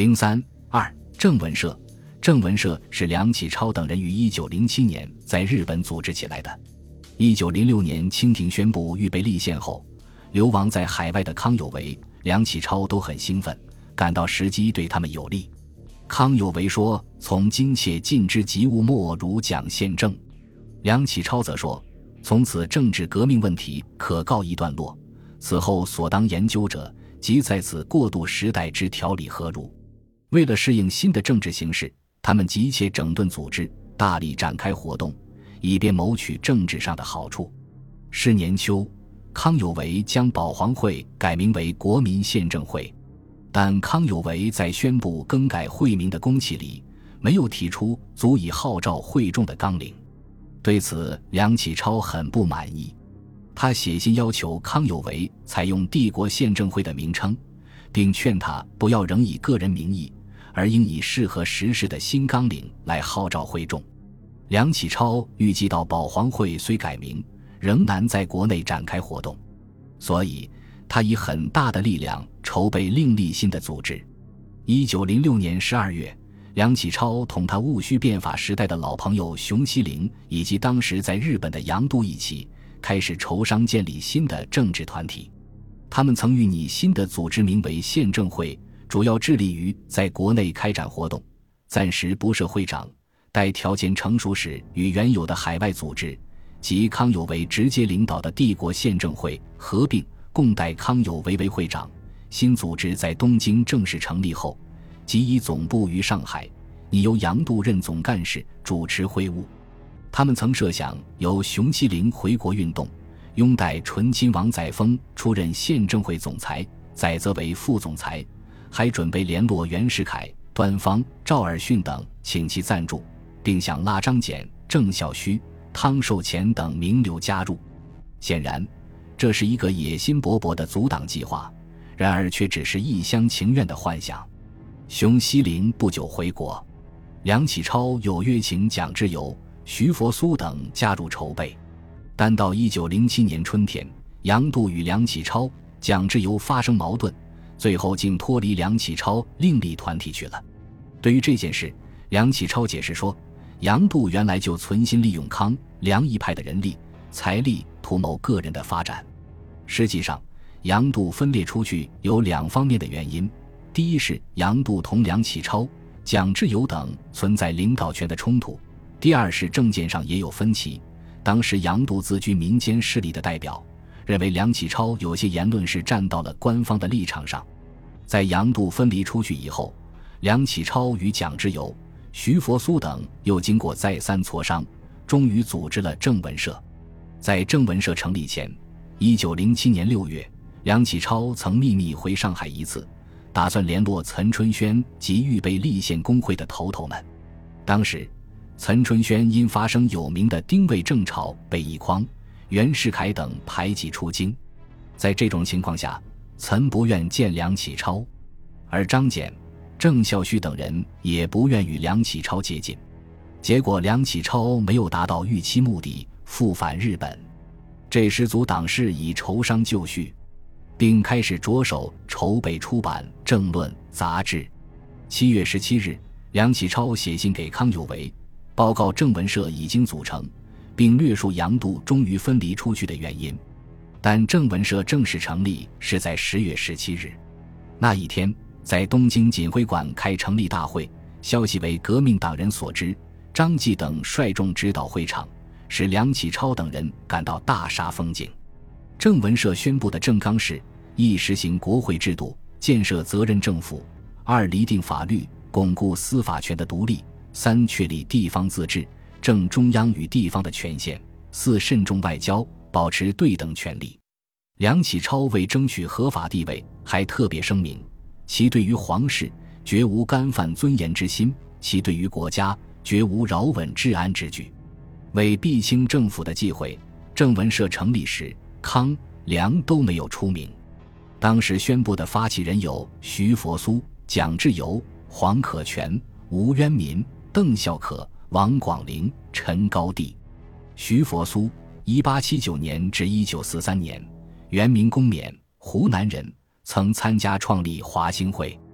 03.2郑文社。郑文社是梁启超等人于1907年在日本组织起来的。1906年清廷宣布预备立宪后，流亡在海外的康有为、梁启超都很兴奋，感到时机对他们有利。康有为说：“从今切尽之急务莫如讲宪政。”梁启超则说：“从此政治革命问题可告一段落，此后所当研究者，即在此过渡时代之条理何如。”为了适应新的政治形势，他们急切整顿组织，大力展开活动，以便谋取政治上的好处。是年秋，康有为将保皇会改名为国民宪政会，但康有为在宣布更改会名的公契里没有提出足以号召会众的纲领。对此，梁启超很不满意，他写信要求康有为采用帝国宪政会的名称，并劝他不要仍以个人名义，而应以适合时事的新纲领来号召会众。梁启超预计到保皇会虽改名，仍难在国内展开活动，所以他以很大的力量筹备另立新的组织。1906年12月，梁启超同他戊戌变法时代的老朋友熊希龄以及当时在日本的杨度一起，开始筹商建立新的政治团体。他们曾预拟新的组织名为宪政会，主要致力于在国内开展活动，暂时不设会长，待条件成熟时与原有的海外组织及康有为直接领导的帝国宪政会合并，共代康有为为会长。新组织在东京正式成立后，即以总部于上海，拟由杨度任总干事，主持会务。他们曾设想由熊希龄回国运动，拥戴醇亲王载沣出任宪政会总裁，载泽为副总裁，还准备联络袁世凯、端方、赵尔巽等，请其赞助，并想拉张謇、郑孝胥、汤寿乾等名流加入。显然，这是一个野心勃勃的阻挡计划，然而却只是一厢情愿的幻想。熊希龄不久回国，梁启超有约请蒋志游、徐佛苏等加入筹备，但到1907年春天，杨度与梁启超、蒋志游发生矛盾，最后竟脱离梁启超另立团体去了。对于这件事，梁启超解释说，杨度原来就存心利用康、梁一派的人力、财力图谋个人的发展。实际上，杨度分裂出去有两方面的原因，第一是杨度同梁启超、蒋志游等存在领导权的冲突，第二是政见上也有分歧。当时杨度自居民间势力的代表，认为梁启超有些言论是站到了官方的立场上。在杨度分离出去以后，梁启超与蒋志游、徐佛苏等又经过再三磋商，终于组织了郑文社。在郑文社成立前，1907年6月，梁启超曾秘密回上海一次，打算联络岑春轩及预备立宪工会的头头们。当时岑春轩因发生有名的丁未政潮被一匡、袁世凯等排挤出京，在这种情况下，岑不愿见梁启超，而张謇、郑孝胥等人也不愿与梁启超接近。结果梁启超没有达到预期目的，复返日本。这时组党士以筹商就绪，并开始着手筹备出版政论杂志。7月17日，梁启超写信给康有为，报告郑文社已经组成，并略述杨度终于分离出去的原因。但郑文社正式成立是在10月17日。那一天，在东京锦会馆开成立大会，消息为革命党人所知，张继等率众指导会场，使梁启超等人感到大煞风景。郑文社宣布的政纲是：一、实行国会制度，建设责任政府；二、厘定法律，巩固司法权的独立；三、确立地方自治，正中央与地方的权限；四、慎重外交，保持对等权利。梁启超为争取合法地位，还特别声明，其对于皇室绝无干犯尊严之心，其对于国家绝无扰稳治安之举。为避清政府的忌讳，郑文社成立时，康、梁都没有出名。当时宣布的发起人有徐佛苏、蒋志游、黄可全、吴渊民、邓孝可、王广陵、陈高第。徐佛苏1879年至1943年，原名公冕，湖南人，曾参加创立华兴会。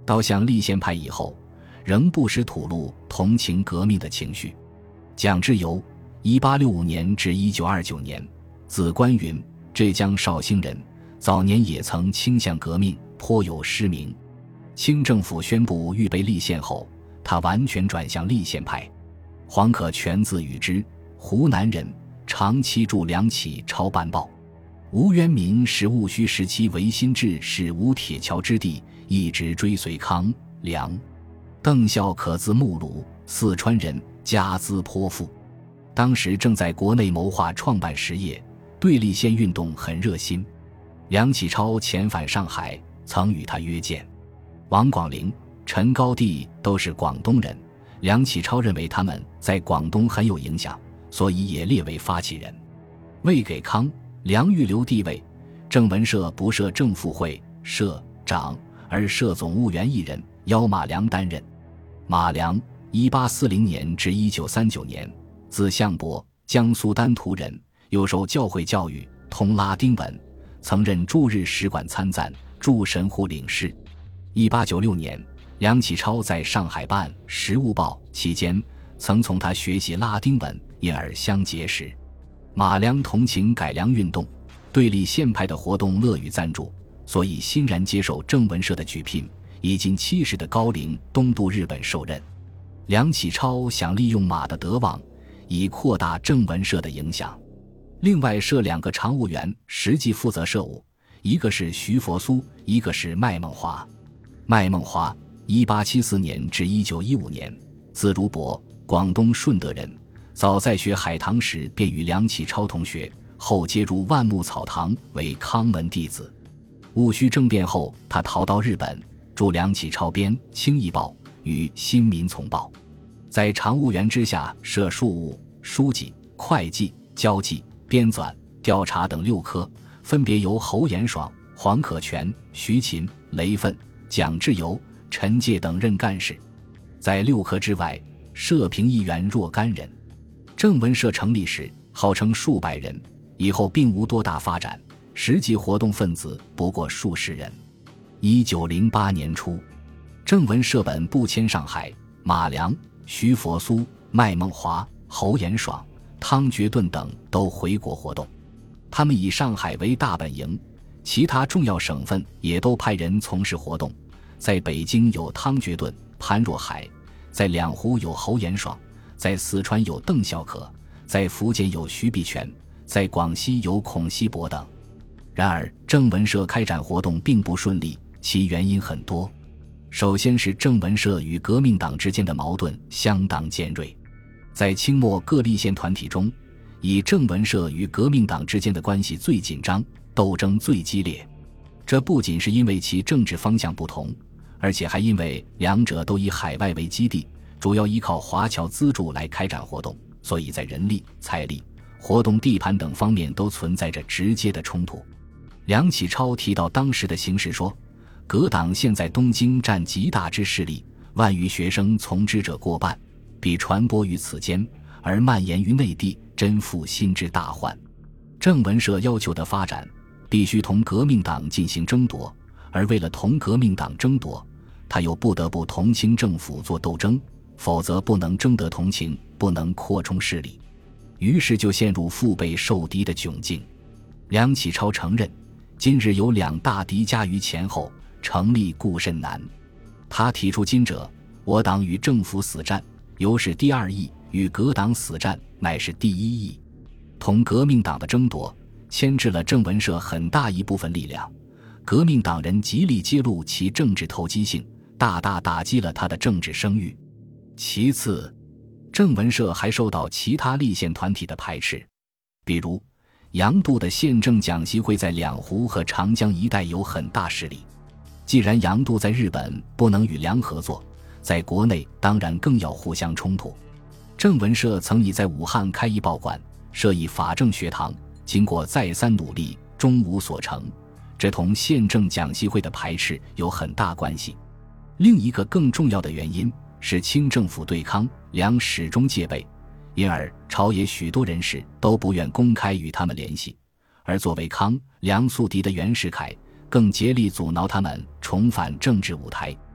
到向立宪派以后，仍不时吐露同情革命的情绪。蒋志游 1865年至1929年，字观云，浙江绍兴人，早年也曾倾向革命，颇有诗名。清政府宣布预备立宪后，他完全转向立宪派。黄可全字与之，湖南人，长期驻梁启超办报。吴渊民是戊戌时期维新志是吴铁桥之地，一直追随康、梁。邓孝可字木鲁，四川人，家资颇富。当时正在国内谋划创办实业，对立宪运动很热心。梁启超遣返上海，曾与他约见。王广陵、陈高第都是广东人，梁启超认为他们在广东很有影响，所以也列为发起人。为给康、梁预留地位，郑文社不设正副会、社长，而设总务员一人，邀马良担任。马良1840年至1939年，字相伯，江苏丹徒人，又受教会教育，通拉丁文，曾任驻日使馆参赞，驻神户领事。1896年，梁启超在上海办《时务报》期间，曾从他学习拉丁文，因而相结识。马良同情改良运动，对立宪派的活动乐于赞助，所以欣然接受郑文社的举聘，已近70的高龄东渡日本受任。梁启超想利用马的德望，以扩大郑文社的影响。另外设2个常务员，实际负责社务，一个是徐佛苏，一个是麦孟华。麦孟华1874年至1915年，字如伯，广东顺德人，早在学海棠时便与梁启超同学，后接入万木草堂为康门弟子。戊戌政变后，他逃到日本，驻梁启超编《清议报》与《新民丛报》。在常务员之下设庶务、书记、会计、交际、编纂、调查等6科，分别由侯延爽、黄可全、徐勤、雷奋、蒋志游、陈介等任干事。在6科之外，社评议员若干人。郑文社成立时号称数百人，以后并无多大发展，实际活动分子不过数十人。1908年初，郑文社本部迁上海，马良、徐佛苏、麦孟华、侯延爽、汤觉顿等都回国活动。他们以上海为大本营，其他重要省份也都派人从事活动。在北京有汤觉顿、潘若海，在两湖有侯延爽，在四川有邓孝可，在福建有徐必全，在广西有孔锡伯等。然而郑文社开展活动并不顺利，其原因很多。首先是郑文社与革命党之间的矛盾相当尖锐。在清末各立宪团体中，以郑文社与革命党之间的关系最紧张，斗争最激烈。这不仅是因为其政治方向不同，而且还因为两者都以海外为基地，主要依靠华侨资助来开展活动，所以在人力、财力、活动地盘等方面都存在着直接的冲突。梁启超提到当时的形势说，革党现在东京占极大之势力，万余学生从之者过半，必传播于此间，而蔓延于内地，真负心之大患。郑文社要求的发展必须同革命党进行争夺，而为了同革命党争夺，他又不得不同清政府做斗争，否则不能争得同情，不能扩充势力。于是就陷入腹背受敌的窘境。梁启超承认，今日有两大敌加于前后，成立固甚难。他提出今者，我党与政府死战，犹是第二义；与革党死战，乃是第一义。同革命党的争夺牵制了郑文社很大一部分力量，革命党人极力揭露其政治投机性，大大打击了他的政治声誉。其次，郑文社还受到其他立宪团体的排斥，比如杨度的宪政讲习会在两湖和长江一带有很大势力。既然杨度在日本不能与梁合作，在国内当然更要互相冲突。郑文社曾以在武汉开一报馆，设以法政学堂，经过再三努力，终无所成，这同宪政讲习会的排斥有很大关系。另一个更重要的原因是清政府对康、梁始终戒备，因而朝野许多人士都不愿公开与他们联系，而作为康、梁宿敌的袁世凯更竭力阻挠他们重返政治舞台。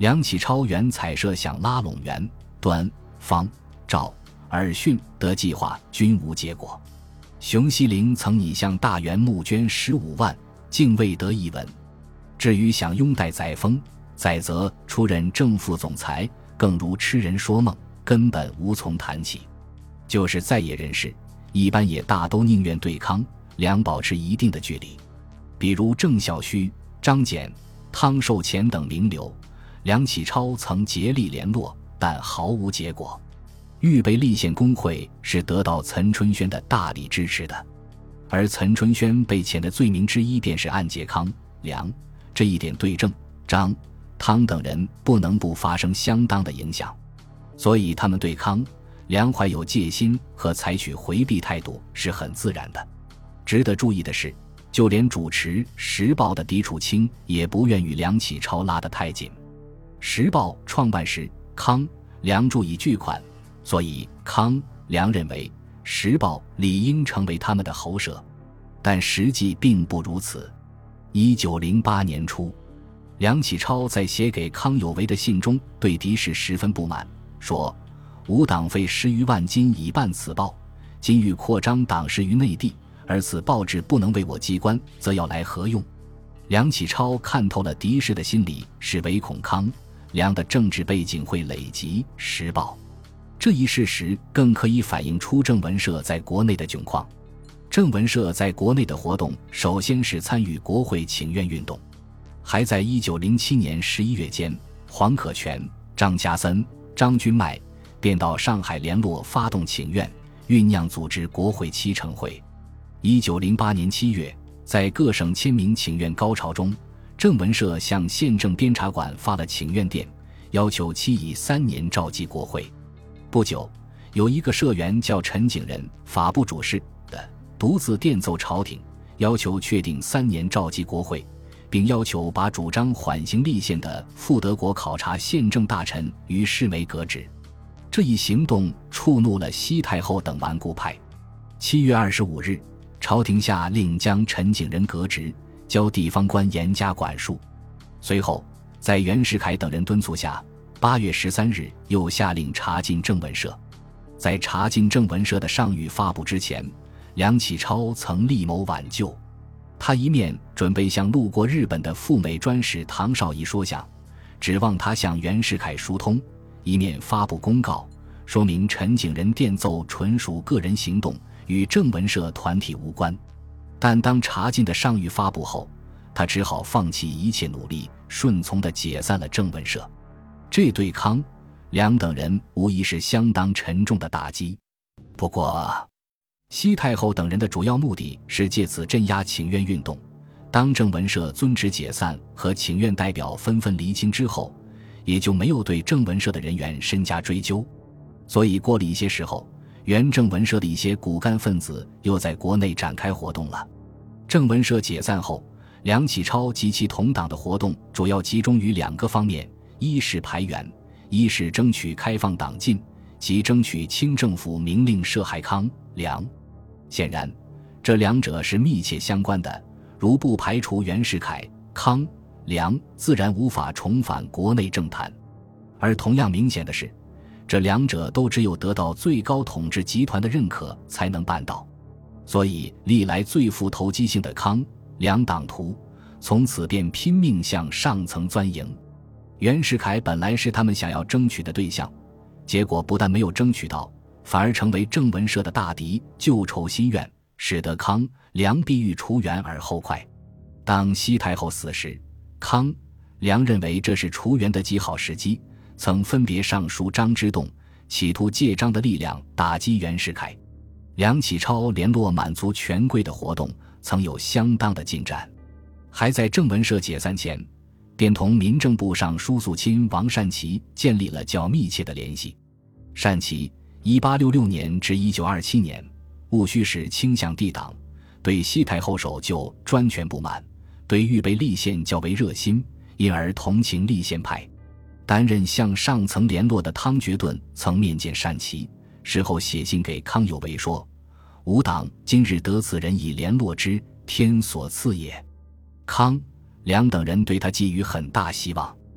梁启超原采设想拉拢袁、段、方、赵、尔逊的计划均无结果。熊希龄曾拟向大元募捐15万，竟未得一文。至于想拥戴载沣，载则出任正副总裁，更如痴人说梦，根本无从谈起。就是在野人士，一般也大都宁愿对康、梁保持一定的距离。比如郑孝胥、张謇、汤寿乾等名流，梁启超曾竭力联络，但毫无结果。预备立宪工会是得到岑春轩的大力支持的，而岑春轩被谴的罪名之一便是暗结康、梁，这一点对郑、张、汤等人不能不发生相当的影响，所以他们对康、梁怀有戒心和采取回避态度是很自然的。值得注意的是，就连主持《时报》的狄楚清也不愿与梁启超拉得太紧。《时报》创办时，康、梁注以巨款，所以康、梁认为《时报》理应成为他们的喉舌，但实际并不如此。1908年初，梁启超在写给康有为的信中对狄氏十分不满，说：吾党费10余万金以办此报，今欲扩张党势于内地，而此报纸不能为我机关，则要来何用？梁启超看透了狄氏的心理，是唯恐康、梁的政治背景会累及《时报》。这一事实更可以反映出郑文社在国内的窘况。郑文社在国内的活动首先是参与国会请愿运动，还在1907年11月间，黄可全、张家森、张君迈便到上海联络发动请愿，酝酿组织国会期成会。1908年7月，在各省签名请愿高潮中，郑文社向县政监察馆发了请愿电，要求期以3年召集国会。不久，有一个社员叫陈景仁，法部主事的，独自电奏朝廷，要求确定3年召集国会，并要求把主张缓刑立宪的赴德国考察宪政大臣于世梅革职。这一行动触怒了西太后等顽固派。7月25日，朝廷下令将陈景仁革职，交地方官严加管束。随后，在袁世凯等人敦促下，8月13日又下令查禁郑文社。在查禁郑文社的上谕发布之前，梁启超曾力谋挽救。他一面准备向路过日本的赴美专使唐绍仪说想，指望他向袁世凯疏通，一面发布公告，说明陈景仁电奏纯属个人行动，与郑文社团体无关。但当查禁的上谕发布后，他只好放弃一切努力，顺从地解散了郑文社。这对康、梁等人无疑是相当沉重的打击。不过，西太后等人的主要目的是借此镇压请愿运动。当郑文社遵旨解散和请愿代表纷纷离清之后，也就没有对郑文社的人员深加追究。所以过了一些时候，原郑文社的一些骨干分子又在国内展开活动了。郑文社解散后，梁启超及其同党的活动主要集中于2个方面，一是排袁，一是争取开放党禁，即争取清政府明令赦害康、梁。显然，这2者是密切相关的，如不排除袁世凯、康、梁，自然无法重返国内政坛。而同样明显的是，这2者都只有得到最高统治集团的认可才能办到。所以历来最富投机性的康、梁党徒，从此便拼命向上层钻营。袁世凯本来是他们想要争取的对象，结果不但没有争取到，反而成为郑文社的大敌，旧仇新怨，使得康、梁必欲除袁而后快。当西太后死时，康、梁认为这是除袁的极好时机，曾分别上书张之洞，企图借张的力量打击袁世凯。梁启超联络满族权贵的活动曾有相当的进展，还在郑文社解散前，便同民政部尚书肃亲王善祺建立了较密切的联系。善祺1866年至1927年戊戌时倾向帝党，对西太后守旧专权不满，对预备立宪较为热心，因而同情立宪派。担任向上层联络的汤觉顿曾面见善祺，事后写信给康有为说：吾党今日得此人以联络之，天所赐也。康、梁等人对他寄予很大希望。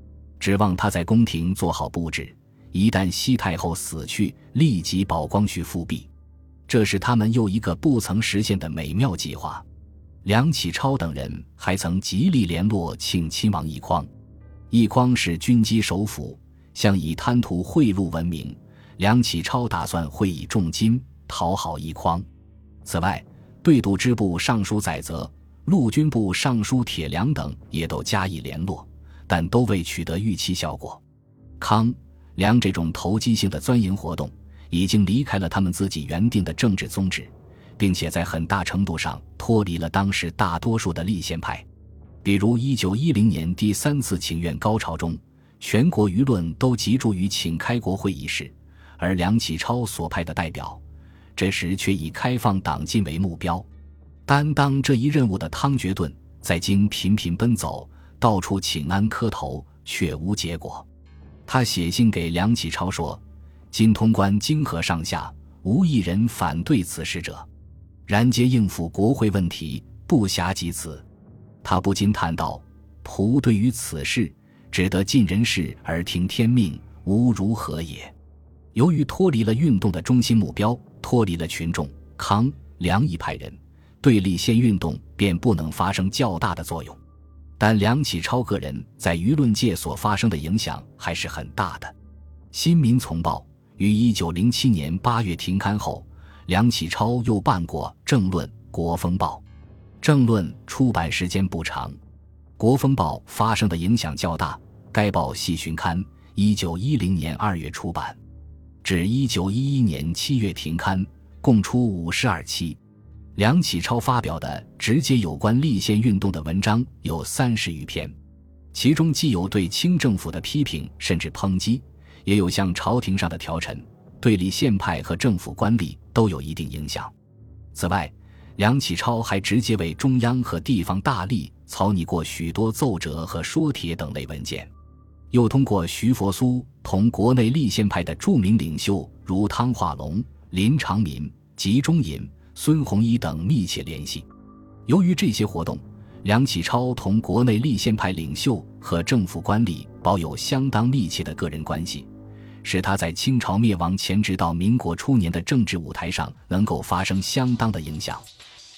指望他在宫廷做好布置，一旦西太后死去，立即保光绪复辟。这是他们又一个不曾实现的美妙计划。梁启超等人还曾极力联络庆亲王奕匡。奕匡是军机首辅，向以贪图贿赂闻名，梁启超打算会以重金讨好奕匡。此外，对度支部尚书载泽、陆军部尚书铁良等也都加以联络，但都未取得预期效果。康、梁这种投机性的钻营活动已经离开了他们自己原定的政治宗旨，并且在很大程度上脱离了当时大多数的立宪派。比如1910年第3次请愿高潮中，全国舆论都集中于请开国会一事，而梁启超所派的代表这时却以开放党禁为目标。担当这一任务的汤觉顿在京频频奔走，到处请安磕头，却无结果。他写信给梁启超说，今通关京河上下，无一人反对此事者，然皆应付国会问题，不暇及此。他不禁叹道，仆对于此事，只得尽人事而听天命，吾如何也。由于脱离了运动的中心目标，脱离了群众，康、梁一派人，对立宪运动便不能发生较大的作用。但梁启超个人在舆论界所发生的影响还是很大的。新民丛报于1907年8月停刊后，梁启超又办过政论、国风报。政论出版时间不长，国风报发生的影响较大。该报系旬刊1910年2月出版，至1911年7月停刊，共出52期。梁启超发表的直接有关立宪运动的文章有30余篇，其中既有对清政府的批评甚至抨击，也有向朝廷上的调陈，对立宪派和政府官吏都有一定影响。此外，梁启超还直接为中央和地方大吏草拟过许多奏折和说帖等类文件，又通过徐佛苏同国内立宪派的著名领袖如汤化龙、林长民、集中隐、孙洪一等密切联系。由于这些活动，梁启超同国内立宪派领袖和政府官吏保有相当密切的个人关系，使他在清朝灭亡前直到民国初年的政治舞台上能够发生相当的影响。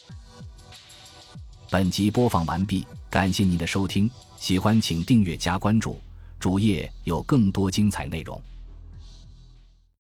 本集播放完毕，感谢您的收听，喜欢请订阅加关注，主页有更多精彩内容。